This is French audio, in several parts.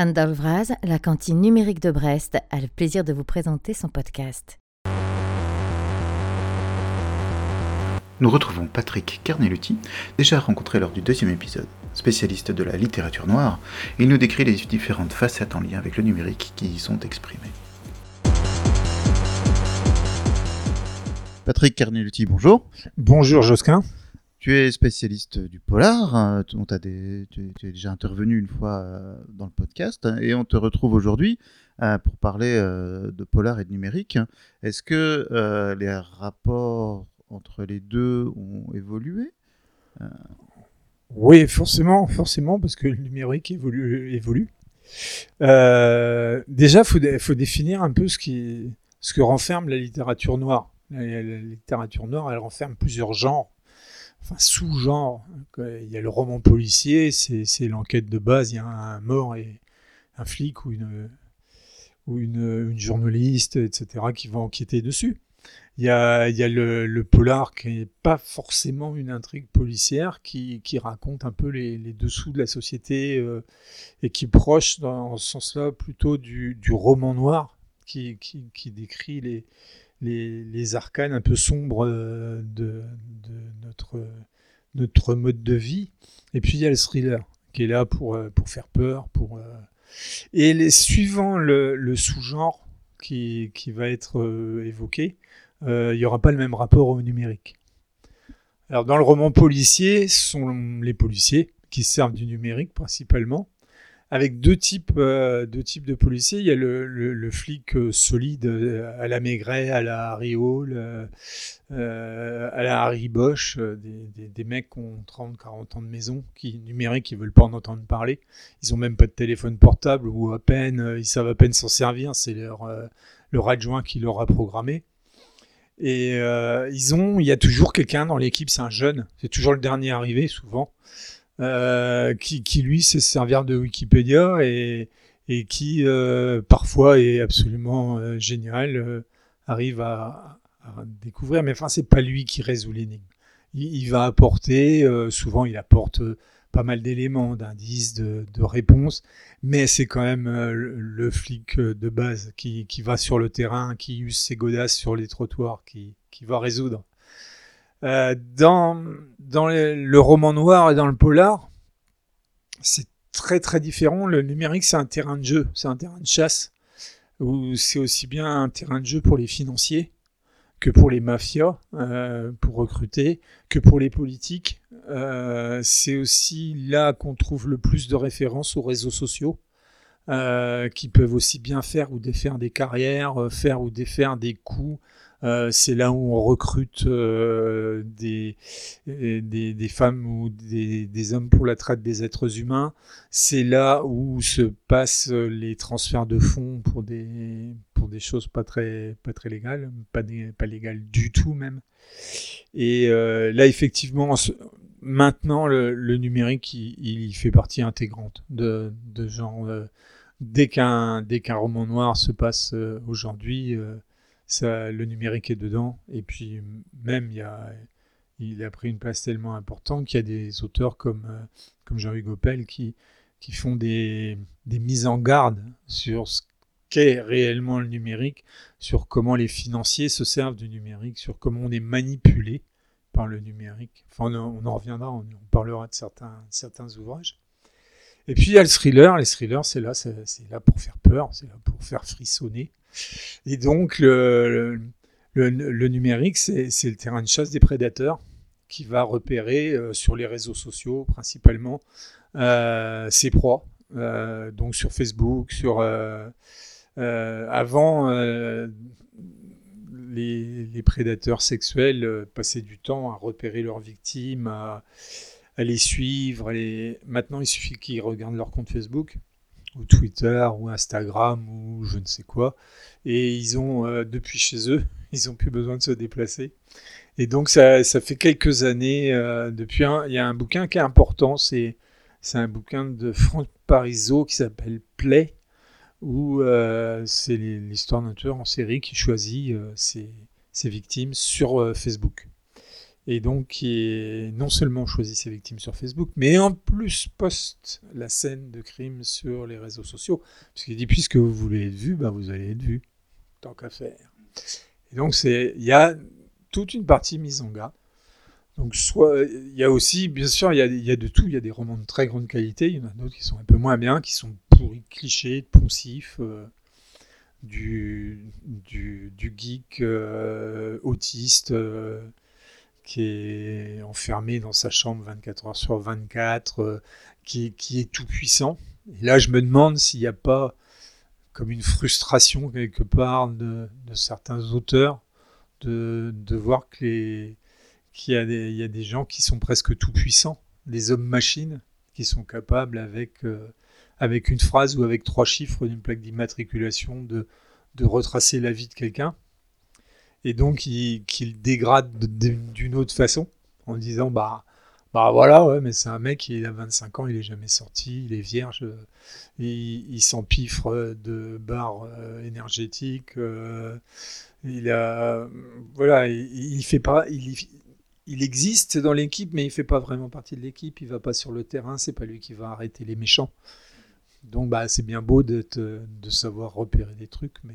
Anne Dolvraz, la cantine numérique de Brest, a le plaisir de vous présenter son podcast. Nous retrouvons Patrick Carnelutti, déjà rencontré lors du 2e épisode. Spécialiste de la littérature noire, il nous décrit les différentes facettes en lien avec le numérique qui y sont exprimées. Patrick Carnelutti, bonjour. Bonjour Josquin. Tu es spécialiste du polar, tu es déjà intervenu une fois dans le podcast, et on te retrouve aujourd'hui pour parler de polar et de numérique. Est-ce que les rapports entre les deux ont évolué ? Oui, forcément, parce que le numérique évolue. Déjà, faut définir un peu ce que renferme la littérature noire. La littérature noire, elle renferme plusieurs genres. Enfin, sous-genre. Il y a le roman policier, c'est l'enquête de base, il y a un mort et un flic ou une journaliste, etc., qui va enquêter dessus. Il y a le polar qui n'est pas forcément une intrigue policière, qui raconte un peu les dessous de la société et qui est proche, dans ce sens-là, plutôt du roman noir, qui décrit les arcanes un peu sombres de notre mode de vie. Et puis il y a le thriller qui est là pour faire peur. Suivant le sous-genre qui va être évoqué, il n'y aura pas le même rapport au numérique. Alors dans le roman policier, ce sont les policiers qui servent du numérique principalement, avec deux types de policiers. Il y a le flic solide à la Maigret, à la Harry Hole, à la Harry Bosch, des mecs qui ont 30-40 ans de maison, numérique, ils veulent pas en entendre parler. Ils ont même pas de téléphone portable, ou à peine, ils savent à peine s'en servir, c'est leur adjoint qui leur a programmé. Et il y a toujours quelqu'un dans l'équipe, c'est un jeune, c'est toujours le dernier arrivé souvent, qui lui sait se servir de Wikipédia et qui parfois est absolument génial, arrive à découvrir, mais enfin c'est pas lui qui résout l'énigme. Il va apporter, souvent il apporte pas mal d'éléments, d'indices, de réponses, mais c'est quand même le flic de base qui va sur le terrain, qui use ses godasses sur les trottoirs, qui va résoudre. Dans le roman noir et dans le polar, c'est très très différent. Le numérique, c'est un terrain de jeu, c'est un terrain de chasse, où c'est aussi bien un terrain de jeu pour les financiers que pour les mafias, pour recruter, que pour les politiques. C'est aussi là qu'on trouve le plus de références aux réseaux sociaux, qui peuvent aussi bien faire ou défaire des carrières, faire ou défaire des coups. C'est là où on recrute des femmes ou des hommes pour la traite des êtres humains. C'est là où se passent les transferts de fonds pour des choses pas très légales, pas légales du tout même. Et là, effectivement, maintenant, le numérique, il fait partie intégrante de genre. Dès qu'un roman noir se passe aujourd'hui, le numérique est dedans. Et puis même, il a pris une place tellement importante qu'il y a des auteurs comme Jean-Hugues Oppel qui font des mises en garde sur ce qu'est réellement le numérique, sur comment les financiers se servent du numérique, sur comment on est manipulé par le numérique. Enfin, on en reviendra, on parlera de certains ouvrages. Et puis il y a le thriller. Les thrillers, c'est là pour faire peur, c'est là pour faire frissonner. Et donc le numérique, c'est le terrain de chasse des prédateurs qui va repérer sur les réseaux sociaux principalement ses proies. Donc sur Facebook, avant les prédateurs sexuels passaient du temps à repérer leurs victimes, à les suivre. Maintenant, il suffit qu'ils regardent leur compte Facebook ou Twitter ou Instagram ou je ne sais quoi, et ils ont depuis chez eux, ils n'ont plus besoin de se déplacer. Et donc ça fait quelques années, il y a un bouquin qui est important, c'est un bouquin de Franck Parizeau qui s'appelle Play, où c'est l'histoire d'un tueur en série qui choisit ses victimes sur Facebook. et donc qui non seulement choisit ses victimes sur Facebook, mais en plus poste la scène de crime sur les réseaux sociaux. Puisqu'il dit, puisque vous voulez être vu, vous allez être vu, tant qu'à faire. Et donc il y a toute une partie mise en garde. Donc soit il y a aussi, bien sûr, il y a de tout. Il y a des romans de très grande qualité, il y en a d'autres qui sont un peu moins bien, qui sont pourris, clichés, poncifs, du geek autiste qui est enfermé dans sa chambre 24 heures sur 24, qui est tout puissant. Et là, je me demande s'il n'y a pas comme une frustration quelque part de certains auteurs de voir qu'il y a des gens qui sont presque tout puissants, des hommes-machines qui sont capables avec une phrase ou avec 3 chiffres d'une plaque d'immatriculation de retracer la vie de quelqu'un, et donc qu'il dégrade d'une autre façon en disant voilà, ouais, mais c'est un mec, il a 25 ans, il est jamais sorti, il est vierge, il s'empiffre de barres énergétiques, il fait pas, il existe dans l'équipe, mais il fait pas vraiment partie de l'équipe, il va pas sur le terrain, c'est pas lui qui va arrêter les méchants. Donc c'est bien beau de savoir repérer des trucs, mais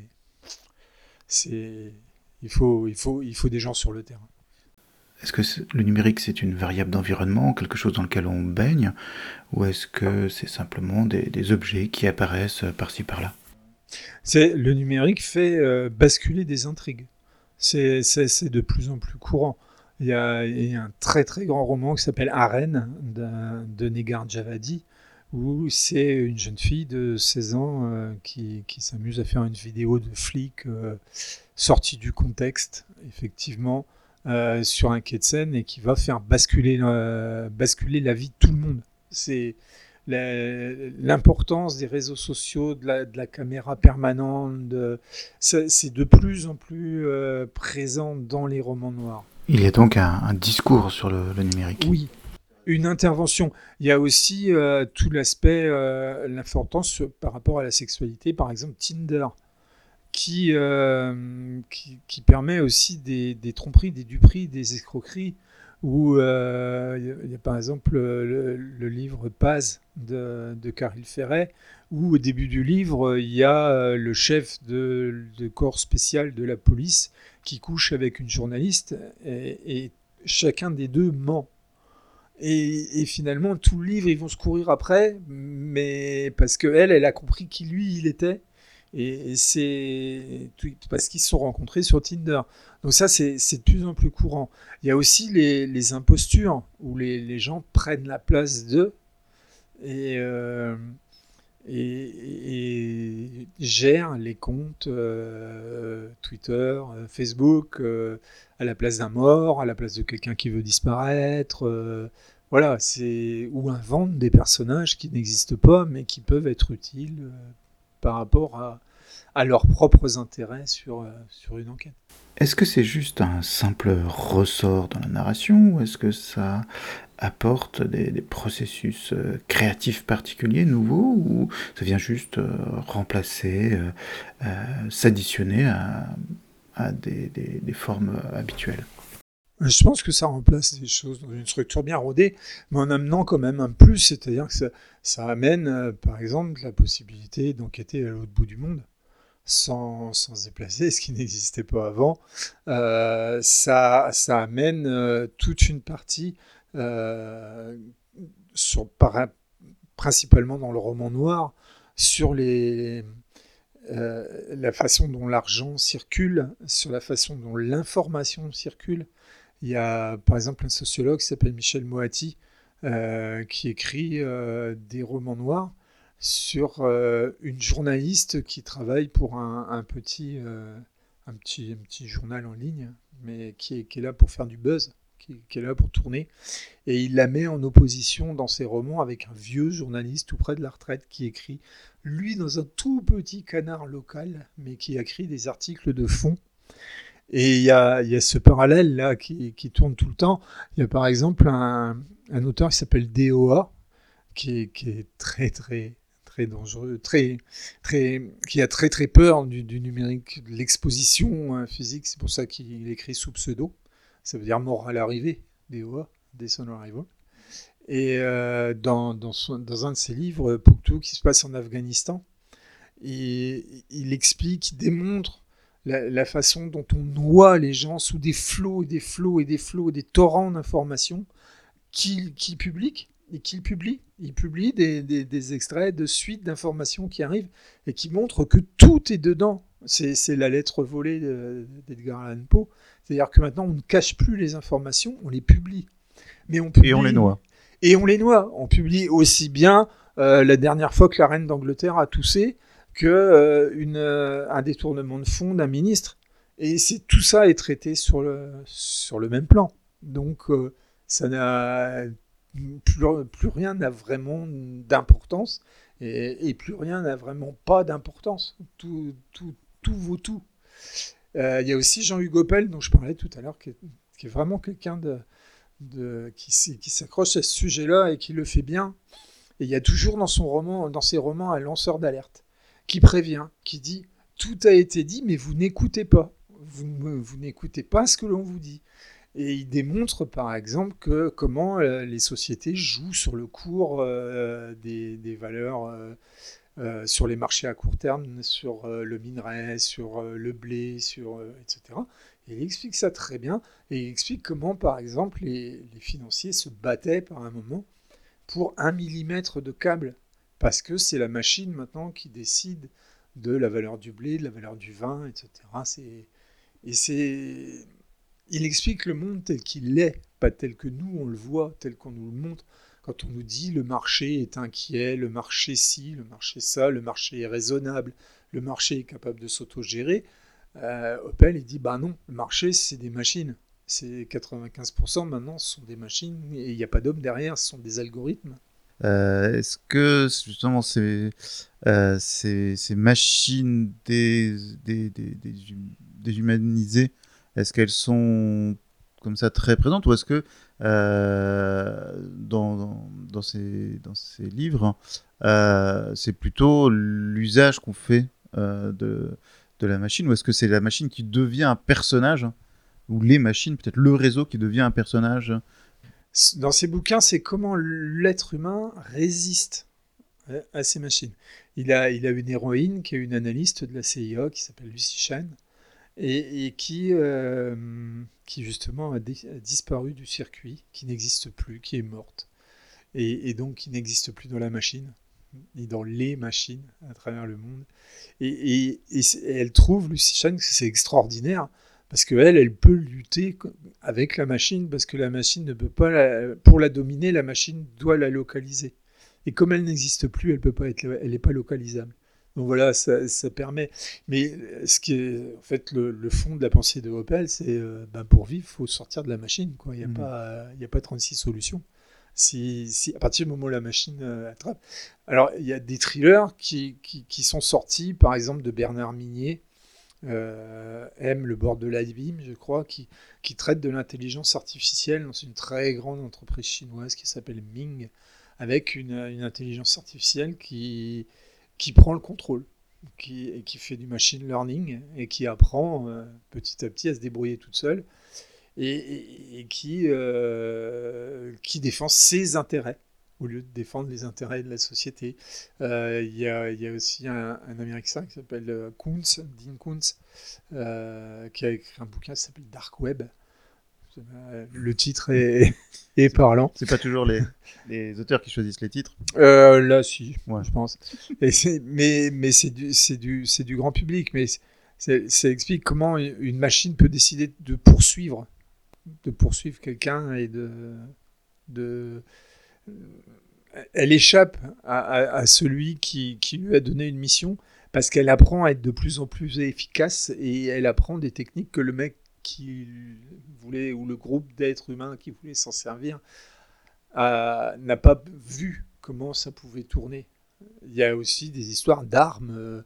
il faut des gens sur le terrain. Est-ce que le numérique, c'est une variable d'environnement, quelque chose dans lequel on baigne, ou est-ce que c'est simplement des objets qui apparaissent par-ci par-là ? Le numérique fait basculer des intrigues. C'est de plus en plus courant. Il y a un très très grand roman qui s'appelle Arène de Negar Javadi, où c'est une jeune fille de 16 ans qui s'amuse à faire une vidéo de flic sortie du contexte, effectivement, sur un quai de Seine, et qui va faire basculer la vie de tout le monde. C'est l'importance des réseaux sociaux, de la caméra permanente, c'est de plus en plus présent dans les romans noirs. Il y a donc un discours sur le numérique. Oui, une intervention. Il y a aussi tout l'aspect, l'importance par rapport à la sexualité, par exemple Tinder, qui permet aussi des tromperies, des duperies, des escroqueries, où il y a par exemple le livre Paz de Caril Ferret, où au début du livre, il y a le chef de corps spécial de la police qui couche avec une journaliste, et chacun des deux ment. Et finalement, tout le livre, ils vont se courir après, mais parce qu'elle a compris qui lui il était, et c'est parce qu'ils se sont rencontrés sur Tinder. Donc ça, c'est de plus en plus courant. Il y a aussi les impostures, où les gens prennent la place d'eux, et gèrent les comptes Twitter, Facebook, à la place d'un mort, à la place de quelqu'un qui veut disparaître. Voilà, ou inventent des personnages qui n'existent pas, mais qui peuvent être utiles par rapport à leurs propres intérêts sur une enquête. Est-ce que c'est juste un simple ressort dans la narration, ou est-ce que ça apporte des processus créatifs particuliers, nouveaux, ou ça vient juste remplacer, s'additionner à des formes habituelles ? Je pense que ça remplace des choses dans une structure bien rodée, mais en amenant quand même un plus, c'est-à-dire que ça amène, par exemple, la possibilité d'enquêter à l'autre bout du monde, sans se déplacer, ce qui n'existait pas avant. Ça amène toute une partie, principalement dans le roman noir, sur la façon dont l'argent circule, sur la façon dont l'information circule. Il y a par exemple un sociologue qui s'appelle Michel Moati, qui écrit des romans noirs sur une journaliste qui travaille pour un petit journal en ligne, mais qui est là pour faire du buzz, qui est là pour tourner. Et il la met en opposition dans ses romans avec un vieux journaliste tout près de la retraite qui écrit, lui, dans un tout petit canard local, mais qui écrit des articles de fond. Et il y a ce parallèle-là qui tourne tout le temps. Il y a par exemple un auteur qui s'appelle DOA, qui est très, très, très dangereux, qui a très, très peur du numérique, de l'exposition physique. C'est pour ça qu'il écrit sous pseudo. Ça veut dire mort à l'arrivée. DOA, Death on Arrival. Et dans un de ses livres, Poughtou, qui se passe en Afghanistan, et il explique, il démontre la façon dont on noie les gens sous des flots et des flots et des flots, des torrents d'informations qu'il publie. Et qu'il publie. Il publie des extraits de suites d'informations qui arrivent et qui montrent que tout est dedans. C'est la lettre volée d'Edgar Allan Poe. C'est-à-dire que maintenant, on ne cache plus les informations, on les publie. Mais on publie, Et on les noie. Et on les noie. On publie aussi bien la dernière fois que la reine d'Angleterre a toussé que un détournement de fonds d'un ministre. Et tout ça est traité sur le même plan. Donc, ça n'a plus rien n'a vraiment d'importance et plus rien n'a vraiment pas d'importance. Tout vaut tout. Il y a aussi Jean-Hugues Oppel, dont je parlais tout à l'heure, qui est vraiment quelqu'un qui s'accroche à ce sujet-là et qui le fait bien. Et il y a toujours dans ses romans un lanceur d'alerte qui prévient, qui dit « Tout a été dit, mais vous n'écoutez pas. Vous n'écoutez pas ce que l'on vous dit. » Et il démontre par exemple comment les sociétés jouent sur le cours des valeurs sur les marchés à court terme, sur le minerai, sur le blé, etc. Et il explique ça très bien. Et il explique comment par exemple les financiers se battaient par un moment pour 1 millimètre de câble. Parce que c'est la machine maintenant qui décide de la valeur du blé, de la valeur du vin, etc. Il explique le monde tel qu'il est, pas tel que nous on le voit, tel qu'on nous le montre. Quand on nous dit le marché est inquiet, le marché ci, le marché ça, le marché est raisonnable, le marché est capable de s'autogérer, Oppel il dit bah non, le marché c'est des machines. C'est 95% maintenant ce sont des machines et il n'y a pas d'homme derrière, ce sont des algorithmes. Est-ce que justement ces machines déshumanisées, est-ce qu'elles sont comme ça très présentes ou est-ce que dans ces livres, c'est plutôt l'usage qu'on fait de la machine ou est-ce que c'est la machine qui devient un personnage ou les machines, peut-être le réseau qui devient un personnage? Dans ces bouquins, c'est comment l'être humain résiste à ces machines. Il a une héroïne qui est une analyste de la CIA qui s'appelle Lucy Chan et qui justement a disparu du circuit, qui n'existe plus, qui est morte et donc qui n'existe plus dans la machine ni dans les machines à travers le monde. Et elle trouve, Lucy Chan, que c'est extraordinaire parce qu'elle peut lutter avec la machine parce que la machine ne peut pas pour la dominer, la machine doit la localiser. Et comme elle n'existe plus, elle n'est pas localisable. Donc voilà, ça permet. Mais ce qui est en fait le fond de la pensée de Oppel, c'est pour vivre, il faut sortir de la machine. Quoi. Il n'y a pas 36 solutions. Si à partir du moment où la machine attrape. Alors il y a des thrillers qui sont sortis, par exemple de Bernard Minier, M, le bord de l'abîme, je crois, qui traite de l'intelligence artificielle dans une très grande entreprise chinoise qui s'appelle Ming, avec une intelligence artificielle qui prend le contrôle, qui fait du machine learning et qui apprend petit à petit à se débrouiller toute seule et qui défend ses intérêts au lieu de défendre les intérêts de la société. Il y a aussi un Américain qui s'appelle Dean Koontz, qui a écrit un bouquin qui s'appelle Dark Web. Le titre est parlant. C'est pas toujours les auteurs qui choisissent les titres. Là, si, ouais. Je pense. Mais c'est du grand public. Mais ça explique comment une machine peut décider de poursuivre quelqu'un et elle échappe à celui qui lui a donné une mission parce qu'elle apprend à être de plus en plus efficace et elle apprend des techniques que le mec qui voulait, ou le groupe d'êtres humains qui voulait s'en servir, n'a pas vu comment ça pouvait tourner. Il y a aussi des histoires d'armes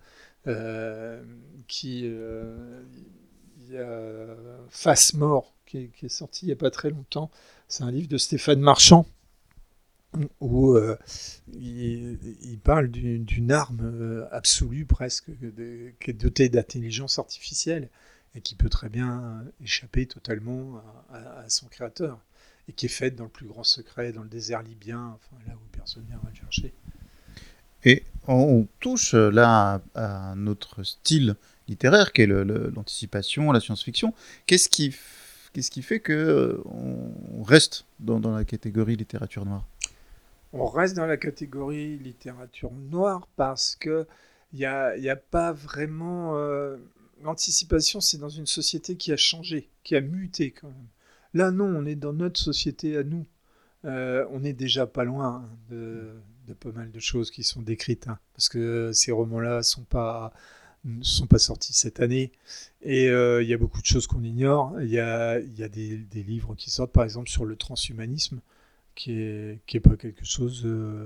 il y a Face Mort qui est sorti il n'y a pas très longtemps. C'est un livre de Stéphane Marchand où il parle d'une arme absolue presque qui est dotée d'intelligence artificielle et qui peut très bien échapper totalement à son créateur. et qui est faite dans le plus grand secret, dans le désert libyen, enfin, là où personne ne viendra le chercher. Et on touche là à un autre style littéraire qui est l'anticipation, la science-fiction. Qu'est-ce qui fait que on reste dans la catégorie littérature noire? On reste dans la catégorie littérature noire parce que il y a pas vraiment l'anticipation, c'est dans une société qui a changé, qui a muté quand même. Là non, on est dans notre société à nous. On est déjà pas loin de pas mal de choses qui sont décrites, hein, parce que ces romans-là sont pas sortis cette année, et il y a beaucoup de choses qu'on ignore. Il y a des livres qui sortent, par exemple, sur le transhumanisme, qui est pas quelque chose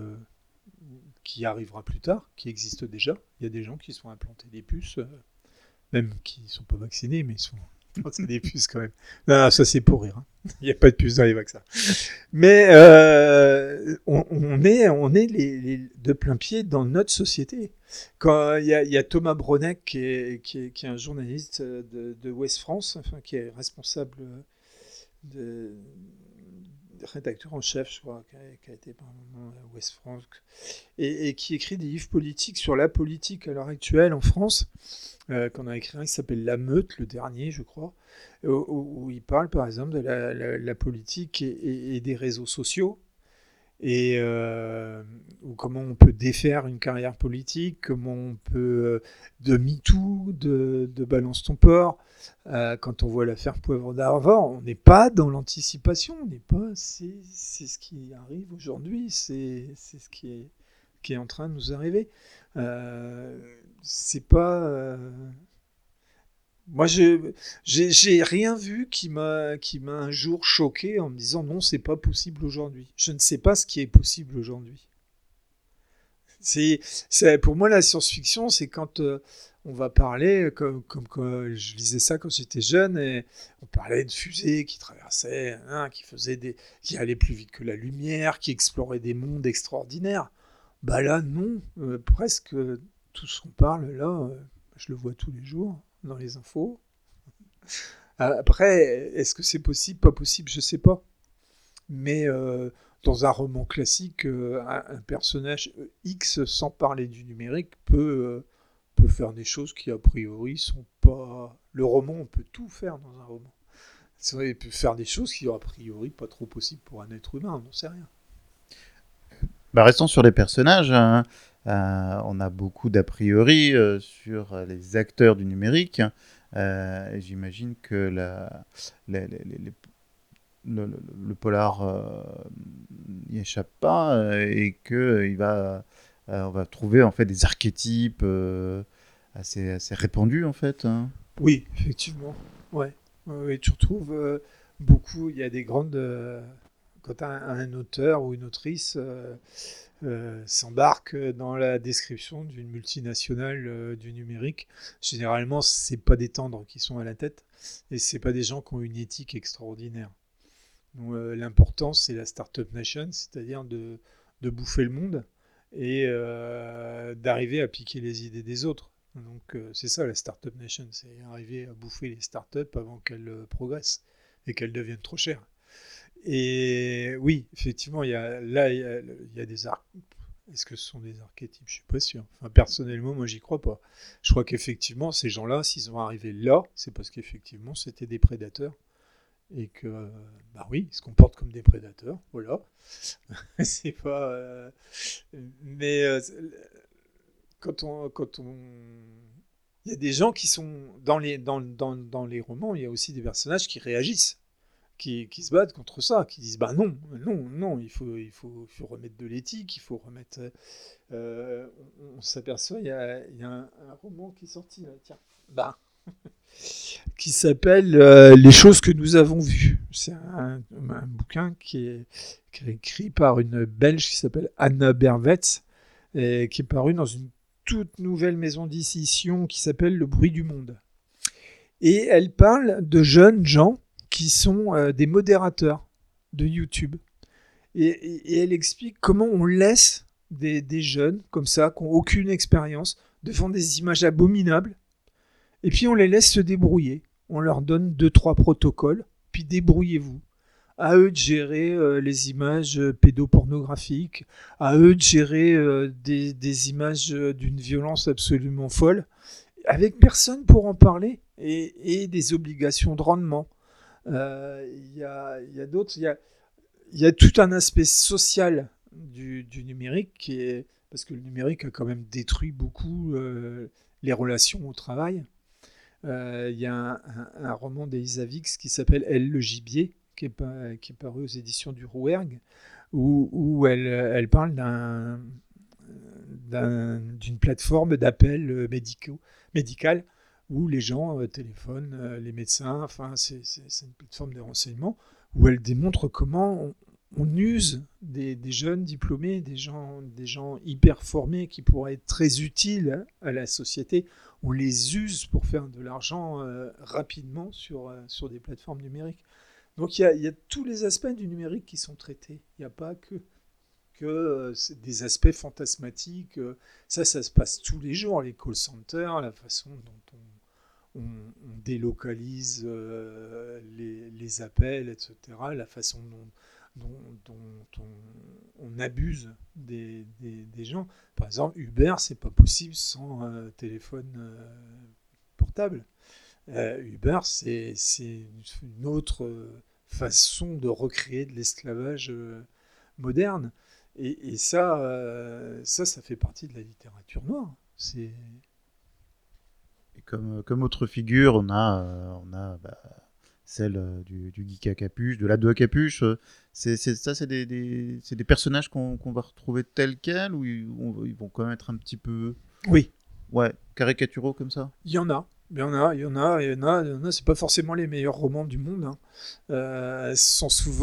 qui arrivera plus tard, qui existe déjà. Il y a des gens qui sont implantés des puces, même qui sont pas vaccinés, mais ils sont implantés des puces quand même. Non, ça c'est pour rire, hein. Il n'y a pas de puces dans les vaccins. Mais on est de plein pied dans notre société. Quand il y a Thomas Bronek, qui est un journaliste de Ouest France, enfin, qui est responsable de rédacteur en chef, je crois, qui a été par un moment à Ouest France, et qui écrit des livres politiques sur la politique à l'heure actuelle en France, qu'on a écrit un qui s'appelle La Meute, le dernier, je crois, où il parle par exemple de la politique et des réseaux sociaux, et ou comment on peut défaire une carrière politique, comment on peut de MeToo, de Balance ton porc. Quand on voit l'affaire Poivre d'Arvor, on n'est pas dans l'anticipation, on n'est pas. C'est ce qui arrive aujourd'hui, c'est ce qui est en train de nous arriver. C'est pas. Moi, j'ai rien vu qui m'a un jour choqué en me disant non, c'est pas possible aujourd'hui. Je ne sais pas ce qui est possible aujourd'hui. Pour moi, la science-fiction, c'est quand on va parler, comme je lisais ça quand j'étais jeune, et on parlait de fusées qui traversaient, hein, qui allaient plus vite que la lumière, qui exploraient des mondes extraordinaires. Bah là, non, presque tout ce qu'on parle là, je le vois tous les jours dans les infos. Après, est-ce que c'est possible, pas possible, je sais pas. Mais dans un roman classique, un personnage X, sans parler du numérique, peut faire des choses qui a priori sont pas. Le roman, on peut tout faire dans un roman. C'est vrai, il peut faire des choses qui a priori pas trop possibles pour un être humain, on n'en sait rien. Bah, restons sur les personnages, hein. On a beaucoup d'a priori sur les acteurs du numérique. J'imagine que le polar n'y échappe pas et que on va trouver en fait des archétypes assez répandus en fait, hein. Oui, effectivement. Ouais. Oui, tu retrouves beaucoup. Il y a des grandes. Quand un auteur ou une autrice s'embarque dans la description d'une multinationale du numérique, généralement, c'est pas des tendres qui sont à la tête, et c'est pas des gens qui ont une éthique extraordinaire. Donc, l'important, c'est la Startup Nation, c'est-à-dire de bouffer le monde et d'arriver à piquer les idées des autres. Donc, c'est ça la Startup Nation, c'est arriver à bouffer les startups avant qu'elles progressent et qu'elles deviennent trop chères. Et oui, effectivement, il y a des archétypes. Est-ce que ce sont des archétypes? Je suis pas sûr. Enfin, personnellement, moi, j'y crois pas. Je crois qu'effectivement, ces gens-là, s'ils sont arrivés là, c'est parce qu'effectivement, c'était des prédateurs. Et que, bah oui, ils se comportent comme des prédateurs. Voilà. C'est pas. Mais quand on. Il y a des gens qui sont. Dans les romans, il y a aussi des personnages qui réagissent. Qui se battent contre ça, qui disent bah non, il faut remettre de l'éthique, il faut remettre. On s'aperçoit, il y a un roman qui est sorti là, tiens, bah, qui s'appelle Les choses que nous avons vues. C'est un bouquin qui est écrit par une Belge qui s'appelle Anna Berwetz, et qui est paru dans une toute nouvelle maison d'édition qui s'appelle Le Bruit du Monde. Et elle parle de jeunes gens qui sont des modérateurs de YouTube. Et elle explique comment on laisse des jeunes comme ça, qui n'ont aucune expérience, devant des images abominables, et puis on les laisse se débrouiller. On leur donne 2-3 protocoles, puis débrouillez-vous. à eux de gérer les images pédopornographiques, à eux de gérer des images d'une violence absolument folle, avec personne pour en parler et des obligations de rendement. Il y a d'autres, il y a tout un aspect social du numérique parce que le numérique a quand même détruit beaucoup les relations au travail. Il y a un roman d'Elisa Vix qui s'appelle Elle le gibier, qui est paru aux éditions du Rouergue, où elle parle d'une plateforme d'appel médical où les gens téléphonent, les médecins, enfin c'est une plateforme de renseignement où elle démontre comment on use des jeunes diplômés, des gens hyper formés qui pourraient être très utiles à la société. On les use pour faire de l'argent rapidement sur des plateformes numériques. Donc il y a tous les aspects du numérique qui sont traités. Il n'y a pas que des aspects fantasmatiques. Ça se passe tous les jours, les call centers, la façon dont on délocalise les appels, etc., la façon dont on abuse des gens. Par exemple, Uber, c'est pas possible sans téléphone portable. Uber, c'est une autre façon de recréer de l'esclavage moderne. Et ça fait partie de la littérature noire. C'est... Et comme autre figure, on a celle du geek à capuche, de l'ado à capuche. C'est des personnages qu'on va retrouver tels quels ou ils vont quand même être un petit peu Oui. Ouais, caricaturaux comme ça. Il y en a. Il y en a. C'est pas forcément les meilleurs romans du monde. Hein. Ce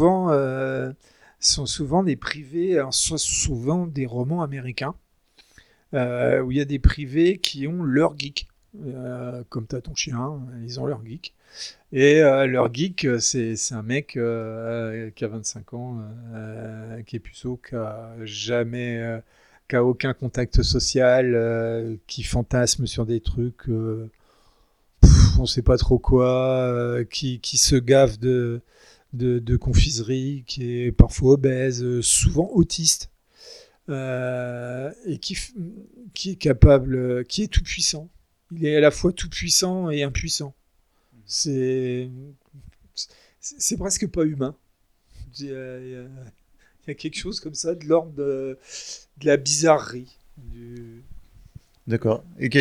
sont souvent des privés, alors soit souvent des romans américains, où il y a des privés qui ont leur geek. Comme t'as ton chien, ils ont leur geek. Et leur geek, c'est un mec qui a 25 ans, qui est puceau, qui a aucun contact social, qui fantasme sur des trucs, on sait pas trop quoi, qui se gave de confiserie, qui est parfois obèse, souvent autiste, et qui est capable, qui est tout puissant. Il est à la fois tout puissant et impuissant. C'est presque pas humain. Il y a quelque chose comme ça de l'ordre de la bizarrerie. D'accord. Et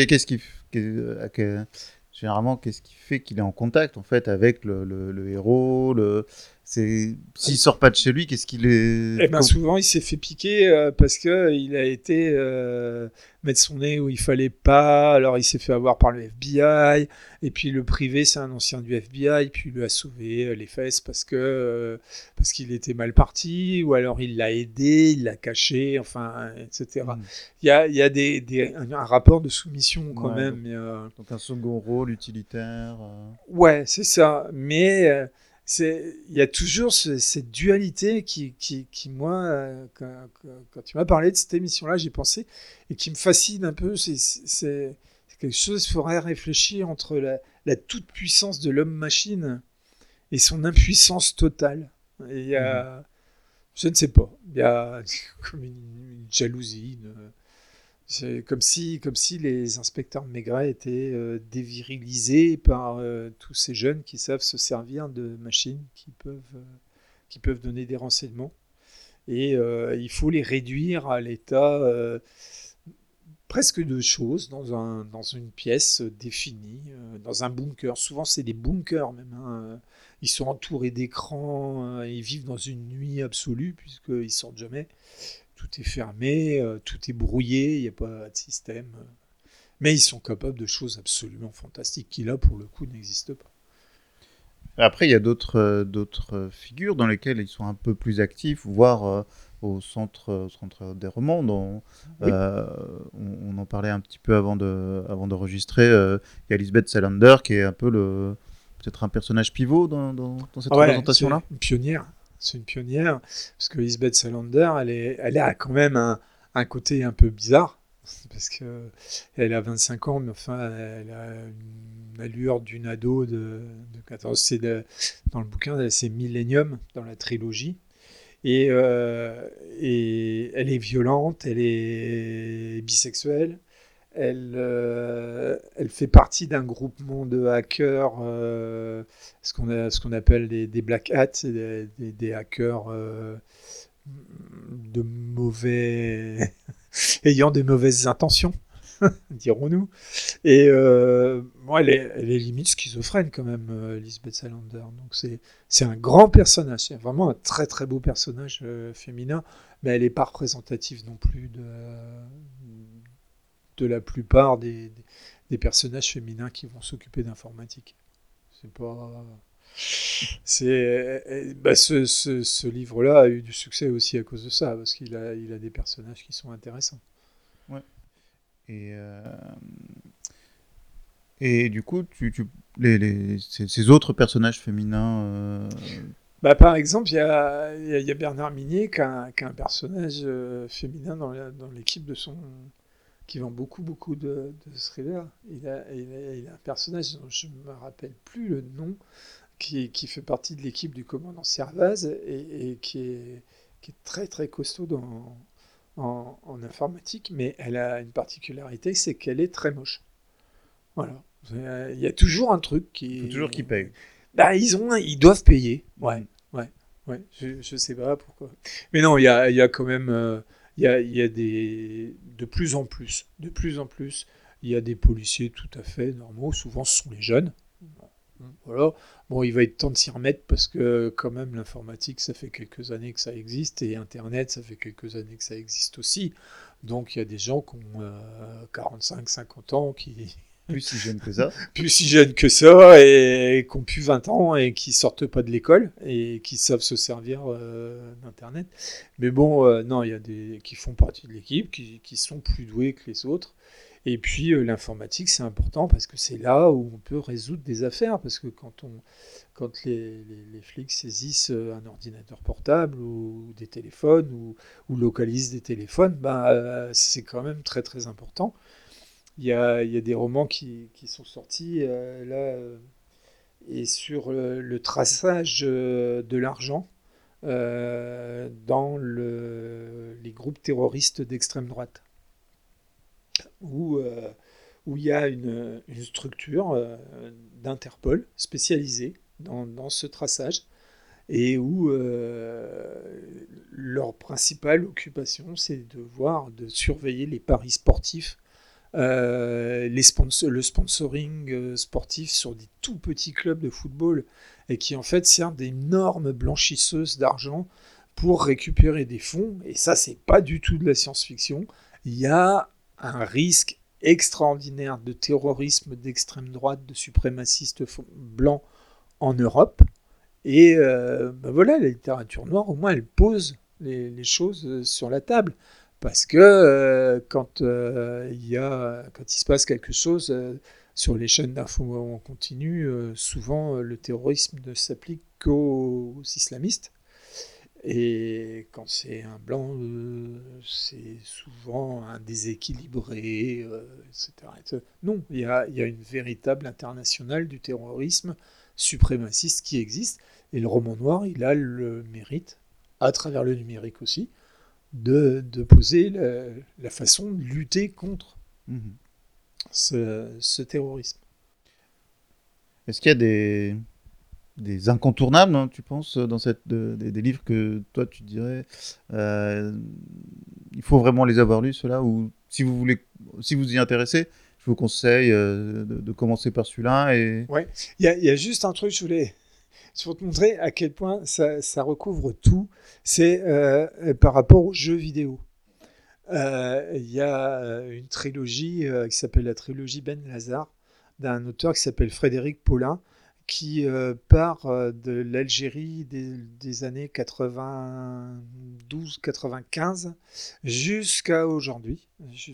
généralement, qu'est-ce qui fait qu'il est en contact en fait avec le héros s'il sort pas de chez lui, qu'est-ce qu'il est... Eh ben, souvent, il s'est fait piquer parce qu'il a été mettre son nez où il fallait pas. Alors, il s'est fait avoir par le FBI. Et puis, le privé, c'est un ancien du FBI. Puis, il lui a sauvé les fesses parce qu'il était mal parti. Ou alors, il l'a aidé, il l'a caché, enfin, etc. Il y a un rapport de soumission quand même. Donc, un second rôle utilitaire. Ouais, c'est ça. Mais... il y a toujours cette dualité qui moi, quand tu m'as parlé de cette émission-là, j'ai pensé, et qui me fascine un peu. C'est quelque chose, il faudrait réfléchir entre la toute-puissance de l'homme-machine et son impuissance totale. Et il y a, je ne sais pas, il y a comme une jalousie, c'est comme si les inspecteurs Maigret étaient dévirilisés par tous ces jeunes qui savent se servir de machines qui peuvent donner des renseignements. Et il faut les réduire à l'état presque de choses dans une pièce définie, dans un bunker. Souvent, c'est des bunkers même. Hein. Ils sont entourés d'écrans, ils vivent dans une nuit absolue puisqu'ils sortent jamais. Tout est fermé, tout est brouillé, il n'y a pas de système. Mais ils sont capables de choses absolument fantastiques qui, là, pour le coup, n'existent pas. Après, il y a d'autres figures dans lesquelles ils sont un peu plus actifs, voire au centre des romans. Oui. On en parlait un petit peu avant d'enregistrer. Il y a Lisbeth Salander qui est un peu peut-être un personnage pivot dans cette représentation-là. C'est une pionnière. C'est une pionnière, parce que Lisbeth Salander, elle a quand même un côté un peu bizarre, parce qu'elle a 25 ans, mais enfin, elle a allure d'une ado de 14. Dans le bouquin, c'est Millennium, dans la trilogie. Et elle est violente, elle est bisexuelle. Elle fait partie d'un groupement de hackers, ce qu'on appelle des black hats, des hackers de mauvais, ayant de mauvaises intentions, dirons-nous. Et elle est limite schizophrène quand même, Lisbeth Salander. Donc c'est un grand personnage, c'est vraiment un très très beau personnage féminin, mais elle n'est pas représentative non plus de la plupart des personnages féminins qui vont s'occuper d'informatique. C'est pas... ce livre-là a eu du succès aussi à cause de ça, parce qu'il a des personnages qui sont intéressants. Ouais. Et du coup, ces autres personnages féminins... Par exemple, il y a Bernard Minier qui a un personnage féminin dans l'équipe qui vend beaucoup de thrillers. Il a un personnage dont je ne me rappelle plus le nom, qui fait partie de l'équipe du commandant Servaz et qui est très très costaud en informatique, mais elle a une particularité, c'est qu'elle est très moche. Voilà. Il y a toujours un truc qui... Il faut toujours qu'ils payent. Ils doivent payer. Ouais. Je sais pas pourquoi. Mais non, il y a quand même... il y a de plus en plus, il y a des policiers tout à fait normaux. Souvent, ce sont les jeunes. Voilà. Bon, il va être temps de s'y remettre parce que quand même l'informatique, ça fait quelques années que ça existe et Internet, ça fait quelques années que ça existe aussi. Donc il y a des gens qui ont 45, 50 ans qui... Plus si jeunes que ça. Plus si jeunes que ça et qui ont plus 20 ans et qui sortent pas de l'école et qui savent se servir d'Internet. Mais bon, non, il y a des qui font partie de l'équipe, qui sont plus doués que les autres. Et puis l'informatique, c'est important parce que c'est là où on peut résoudre des affaires. Parce que quand les flics saisissent un ordinateur portable ou des téléphones ou localisent des téléphones, c'est quand même très très important. Il y a des romans qui sont sortis là et sur le traçage de l'argent dans les groupes terroristes d'extrême droite. Où il y a une structure d'Interpol spécialisée dans ce traçage et où leur principale occupation, c'est de surveiller les paris sportifs, le sponsoring sportif sur des tout petits clubs de football et qui en fait servent d'énormes blanchisseuses d'argent pour récupérer des fonds. Et ça, c'est pas du tout de la science-fiction. Il y a un risque extraordinaire de terrorisme d'extrême droite, de suprémacistes blancs en Europe. Et voilà, la littérature noire, au moins, elle pose les choses sur la table. Parce que quand il se passe quelque chose sur les chaînes d'infos en continu, souvent le terrorisme ne s'applique qu'aux islamistes. Et quand c'est un blanc, c'est souvent un déséquilibré, etc. Non, il y a une véritable internationale du terrorisme suprémaciste qui existe. Et le roman noir, il a le mérite, à travers le numérique aussi, de poser la façon de lutter contre ce terrorisme. Est-ce qu'il y a des incontournables, hein, tu penses, dans des livres que toi tu dirais il faut vraiment les avoir lus, ceux-là, ou si vous y intéressez, je vous conseille de commencer par celui-là. Ouais, il y a juste un truc, je voulais te montrer à quel point ça recouvre tout, c'est par rapport aux jeux vidéo. Il y a une trilogie qui s'appelle la trilogie Ben Lazar, d'un auteur qui s'appelle Frédéric Paulin, qui part de l'Algérie des années 92-95 jusqu'à aujourd'hui,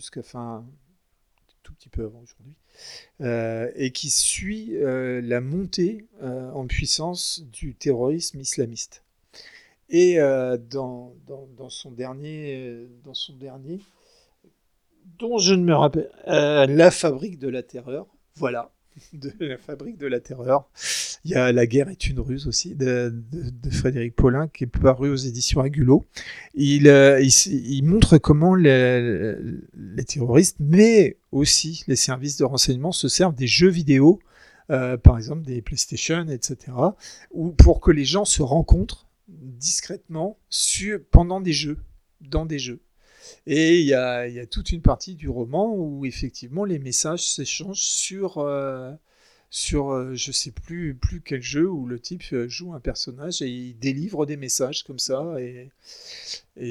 tout petit peu avant aujourd'hui, et qui suit la montée en puissance du terrorisme islamiste. Et dans son dernier, dont je ne me rappelle, La Fabrique de la Terreur, voilà. de la fabrique de la terreur. Il y a La guerre est une ruse aussi de Frédéric Paulin qui est paru aux éditions Agulot. Il montre comment les terroristes, mais aussi les services de renseignement se servent des jeux vidéo, par exemple des PlayStation, etc., pour que les gens se rencontrent discrètement pendant des jeux, dans des jeux. Et il y a toute une partie du roman où effectivement les messages s'échangent sur je sais plus quel jeu où le type joue un personnage et il délivre des messages comme ça et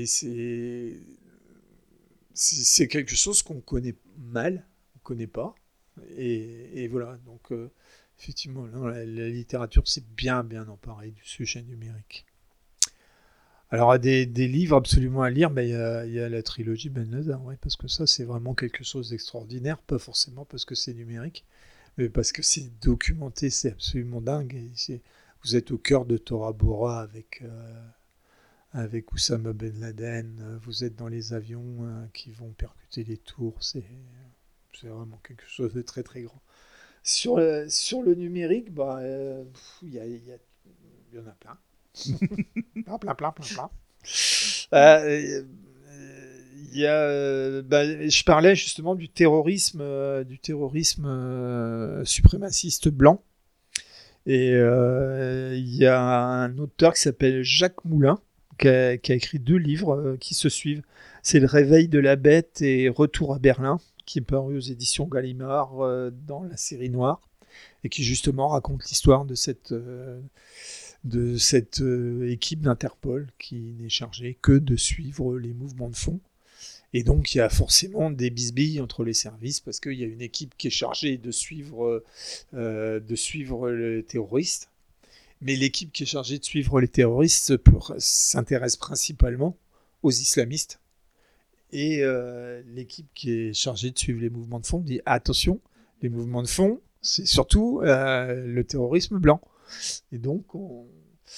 c'est quelque chose qu'on connaît mal, on connaît pas et voilà donc effectivement non, la littérature s'est bien emparée du sujet numérique. Alors, des livres absolument à lire, il y a la trilogie Ben Haddad, ouais, parce que ça, c'est vraiment quelque chose d'extraordinaire, pas forcément parce que c'est numérique, mais parce que c'est documenté, c'est absolument dingue. Et vous êtes au cœur de Tora Bora avec Oussama Ben Laden, vous êtes dans les avions qui vont percuter les tours, c'est vraiment quelque chose de très très grand. Sur le numérique, il y en a plein. plein. Je parlais justement du terrorisme suprémaciste blanc. Et il y a un auteur qui s'appelle Jacques Moulin qui a écrit 2 livres qui se suivent. C'est Le Réveil de la Bête et Retour à Berlin, qui est paru aux éditions Gallimard dans la série Noire, et qui justement raconte l'histoire de cette équipe d'Interpol qui n'est chargée que de suivre les mouvements de fond. Et donc, il y a forcément des bisbilles entre les services parce qu'il y a une équipe qui est chargée de suivre les terroristes. Mais l'équipe qui est chargée de suivre les terroristes s'intéresse principalement aux islamistes. Et l'équipe qui est chargée de suivre les mouvements de fond dit attention, les mouvements de fond, c'est surtout le terrorisme blanc. Et donc, on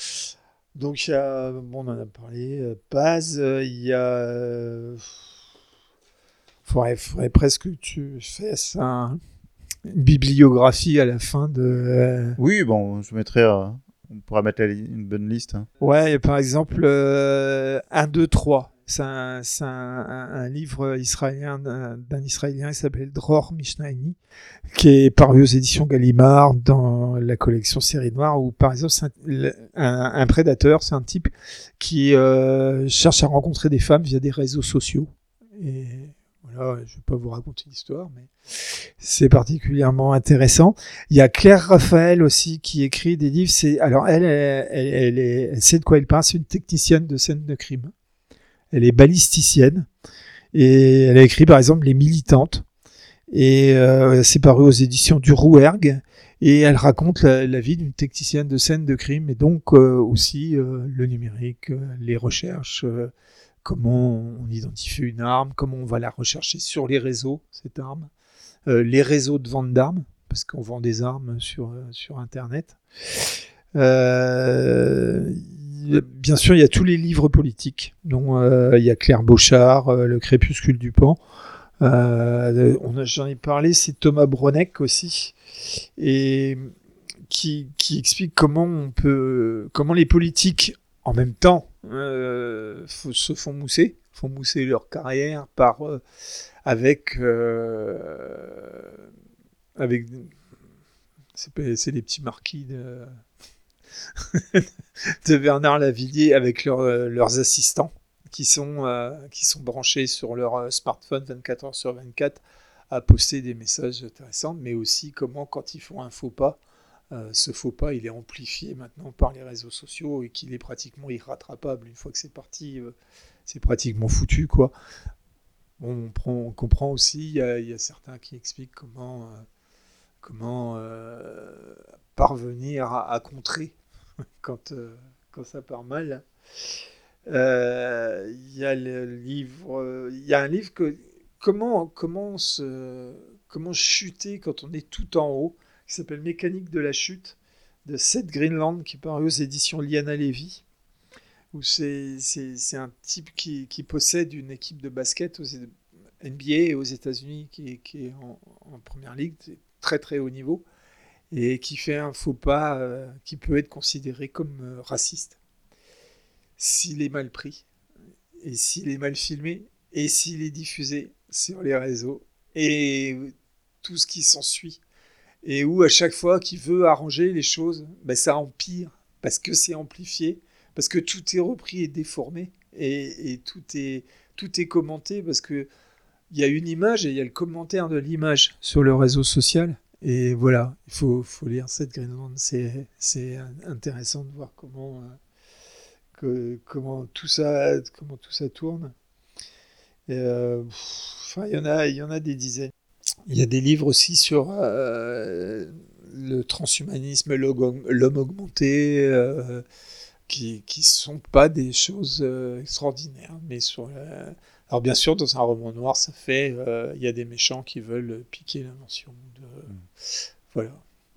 en a parlé, Paz, il y a... faudrait presque que tu fasses une bibliographie à la fin de... Oui, bon, je mettrai... on pourra mettre une bonne liste. Hein. Ouais, par exemple, 1, 2, 3. C'est un livre israélien d'un Israélien qui s'appelle Dror Mishnayni, qui est paru aux éditions Gallimard dans la collection Série Noire, où par exemple un prédateur, c'est un type qui cherche à rencontrer des femmes via des réseaux sociaux. Et voilà, je ne vais pas vous raconter l'histoire, mais c'est particulièrement intéressant. Il y a Claire Raphaël aussi qui écrit des livres. Alors elle sait de quoi elle parle, c'est une technicienne de scène de crime. Elle est balisticienne et elle a écrit par exemple Les Militantes et c'est paru aux éditions du Rouergue et elle raconte la vie d'une technicienne de scène de crime et donc aussi le numérique, les recherches, comment on identifie une arme, comment on va la rechercher sur les réseaux, cette arme, les réseaux de vente d'armes, parce qu'on vend des armes sur Internet. Bien sûr, il y a tous les livres politiques. Donc, il y a Claire Bochard, Le Crépuscule du Pan. J'en ai parlé, c'est Thomas Bronek aussi, et qui explique comment les politiques, en même temps, se font mousser leur carrière avec c'est les petits marquis de Bernard Lavilliers avec leurs assistants qui sont branchés sur leur smartphone 24 heures sur 24 à poster des messages intéressants, mais aussi comment quand ils font un faux pas, ce faux pas il est amplifié maintenant par les réseaux sociaux et qu'il est pratiquement irrattrapable une fois que c'est parti, c'est pratiquement foutu quoi. Bon, on comprend aussi, il y a certains qui expliquent comment parvenir à contrer quand ça part mal. Il y a un livre que comment chuter quand on est tout en haut, qui s'appelle Mécanique de la chute de Seth Greenland, qui est paru aux éditions Liana Levy, où c'est un type qui possède une équipe de basket aux NBA et aux États-Unis qui est en première ligue, très très haut niveau, et qui fait un faux pas qui peut être considéré comme raciste s'il est mal pris, et s'il est mal filmé, et s'il est diffusé sur les réseaux, et tout ce qui s'ensuit. Et où à chaque fois qu'il veut arranger les choses, ben ça empire, parce que c'est amplifié, parce que tout est repris et déformé, et tout est commenté, parce que il y a une image et il y a le commentaire de l'image sur le réseau social. Et voilà, il faut lire cette Greenland. C'est intéressant de voir comment tout ça tourne. Enfin, il y en a des dizaines. Il y a des livres aussi sur le transhumanisme, l'homme augmenté, qui sont pas des choses extraordinaires, mais alors bien sûr, dans un roman noir, ça fait il y a des méchants qui veulent piquer l'invention voilà.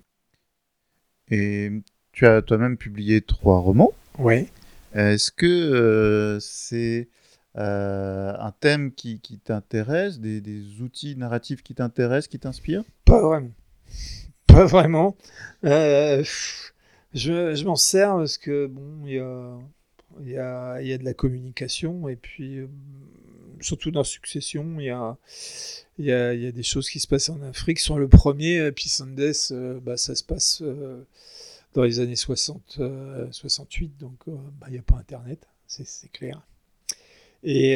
Et tu as toi-même publié 3 romans. Ouais. Est-ce que c'est un thème qui t'intéresse, des outils narratifs qui t'intéressent, qui t'inspirent? Pas vraiment. Pas vraiment. Je m'en sers parce que bon, il y a de la communication, et puis surtout dans Succession, il y a des choses qui se passent en Afrique. Sur le premier, Peace and Death, ça se passe dans les années 60, 68, donc il n'y a pas Internet, c'est clair. Et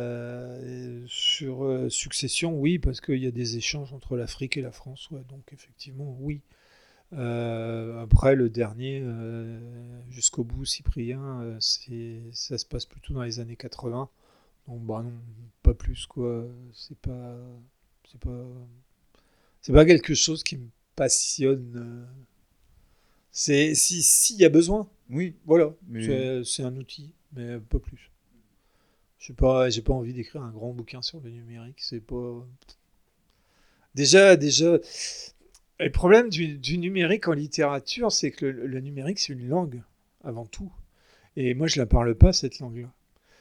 sur Succession, oui, parce qu'il y a des échanges entre l'Afrique et la France, ouais, donc effectivement, oui. Après, le dernier, Jusqu'au bout, Cyprien, ça se passe plutôt dans les années 80. Donc, non, pas plus, quoi. C'est pas quelque chose qui me passionne. S'il y a besoin, oui, voilà, mais... c'est un outil, mais pas plus. J'ai pas envie d'écrire un grand bouquin sur le numérique. C'est pas. Déjà. Le problème du numérique en littérature, c'est que le numérique, c'est une langue, avant tout. Et moi, je la parle pas, cette langue-là.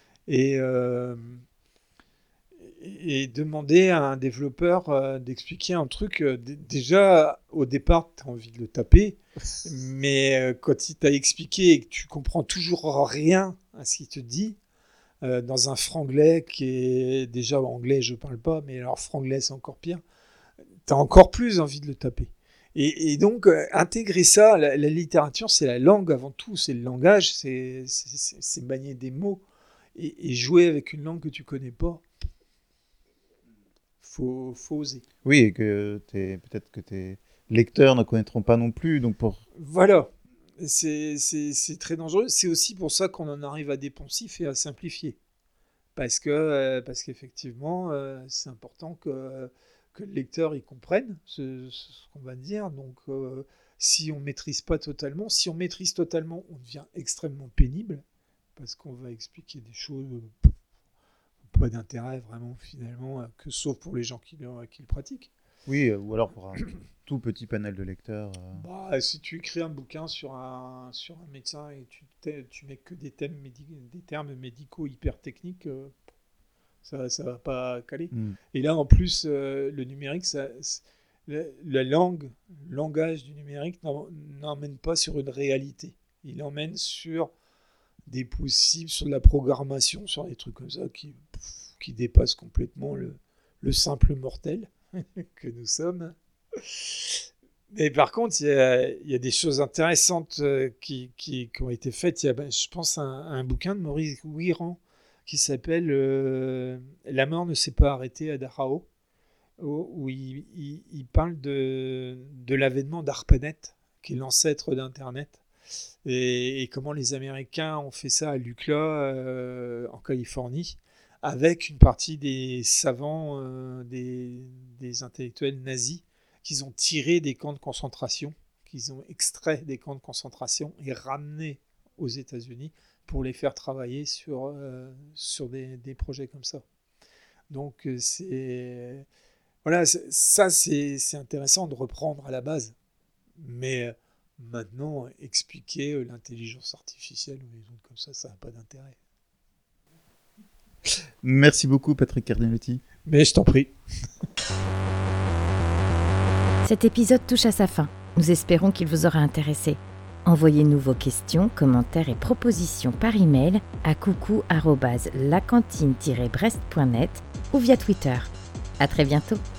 Et demander à un développeur d'expliquer un truc, déjà, au départ, tu as envie de le taper. Mais quand il t'a expliqué et que tu comprends toujours rien à ce qu'il te dit, dans un franglais qui est déjà anglais, je parle pas, mais alors franglais, c'est encore pire. T'as encore plus envie de le taper. Et donc, intégrer ça, la littérature, c'est la langue avant tout, c'est le langage, c'est manier des mots. Et jouer avec une langue que tu connais pas, faut oser. Oui, et que peut-être que tes lecteurs ne connaîtront pas non plus, donc pour... Voilà, c'est très dangereux. C'est aussi pour ça qu'on en arrive à des poncifs et à simplifier. Parce qu'effectivement, c'est important que le lecteur y comprenne ce qu'on va dire. Donc, si on maîtrise pas totalement, si on maîtrise totalement, on devient extrêmement pénible, parce qu'on va expliquer des choses pas d'intérêt vraiment finalement, que sauf pour les gens qui le pratiquent. Oui, ou alors pour un tout petit panel de lecteurs. Si tu écris un bouquin sur un médecin et tu mets que des termes médicaux hyper techniques, ça va pas caler. Et là, en plus, le numérique, le langage du numérique n'emmène pas sur une réalité. Il emmène sur des possibles, sur de la programmation, sur des trucs comme ça qui dépassent complètement le simple mortel que nous sommes. Mais par contre, il y a des choses intéressantes qui ont été faites. Il y a, je pense, un bouquin de Maurice Guirand qui s'appelle La mort ne s'est pas arrêtée à Dachau, où il parle de l'avènement d'ARPANET, qui est l'ancêtre d'Internet, et comment les Américains ont fait ça à l'UCLA en Californie, avec une partie des savants, des intellectuels nazis, qu'ils ont tiré des camps de concentration, qu'ils ont extrait des camps de concentration et ramené aux États-Unis pour les faire travailler sur des projets comme ça. Donc c'est intéressant de reprendre à la base, mais maintenant expliquer l'intelligence artificielle ou des trucs comme ça n'a pas d'intérêt. Merci beaucoup Patrick Cardinetti. Mais je t'en prie. Cet épisode touche à sa fin. Nous espérons qu'il vous aura intéressé. Envoyez-nous vos questions, commentaires et propositions par email à coucou@lacantine-brest.net ou via Twitter. À très bientôt.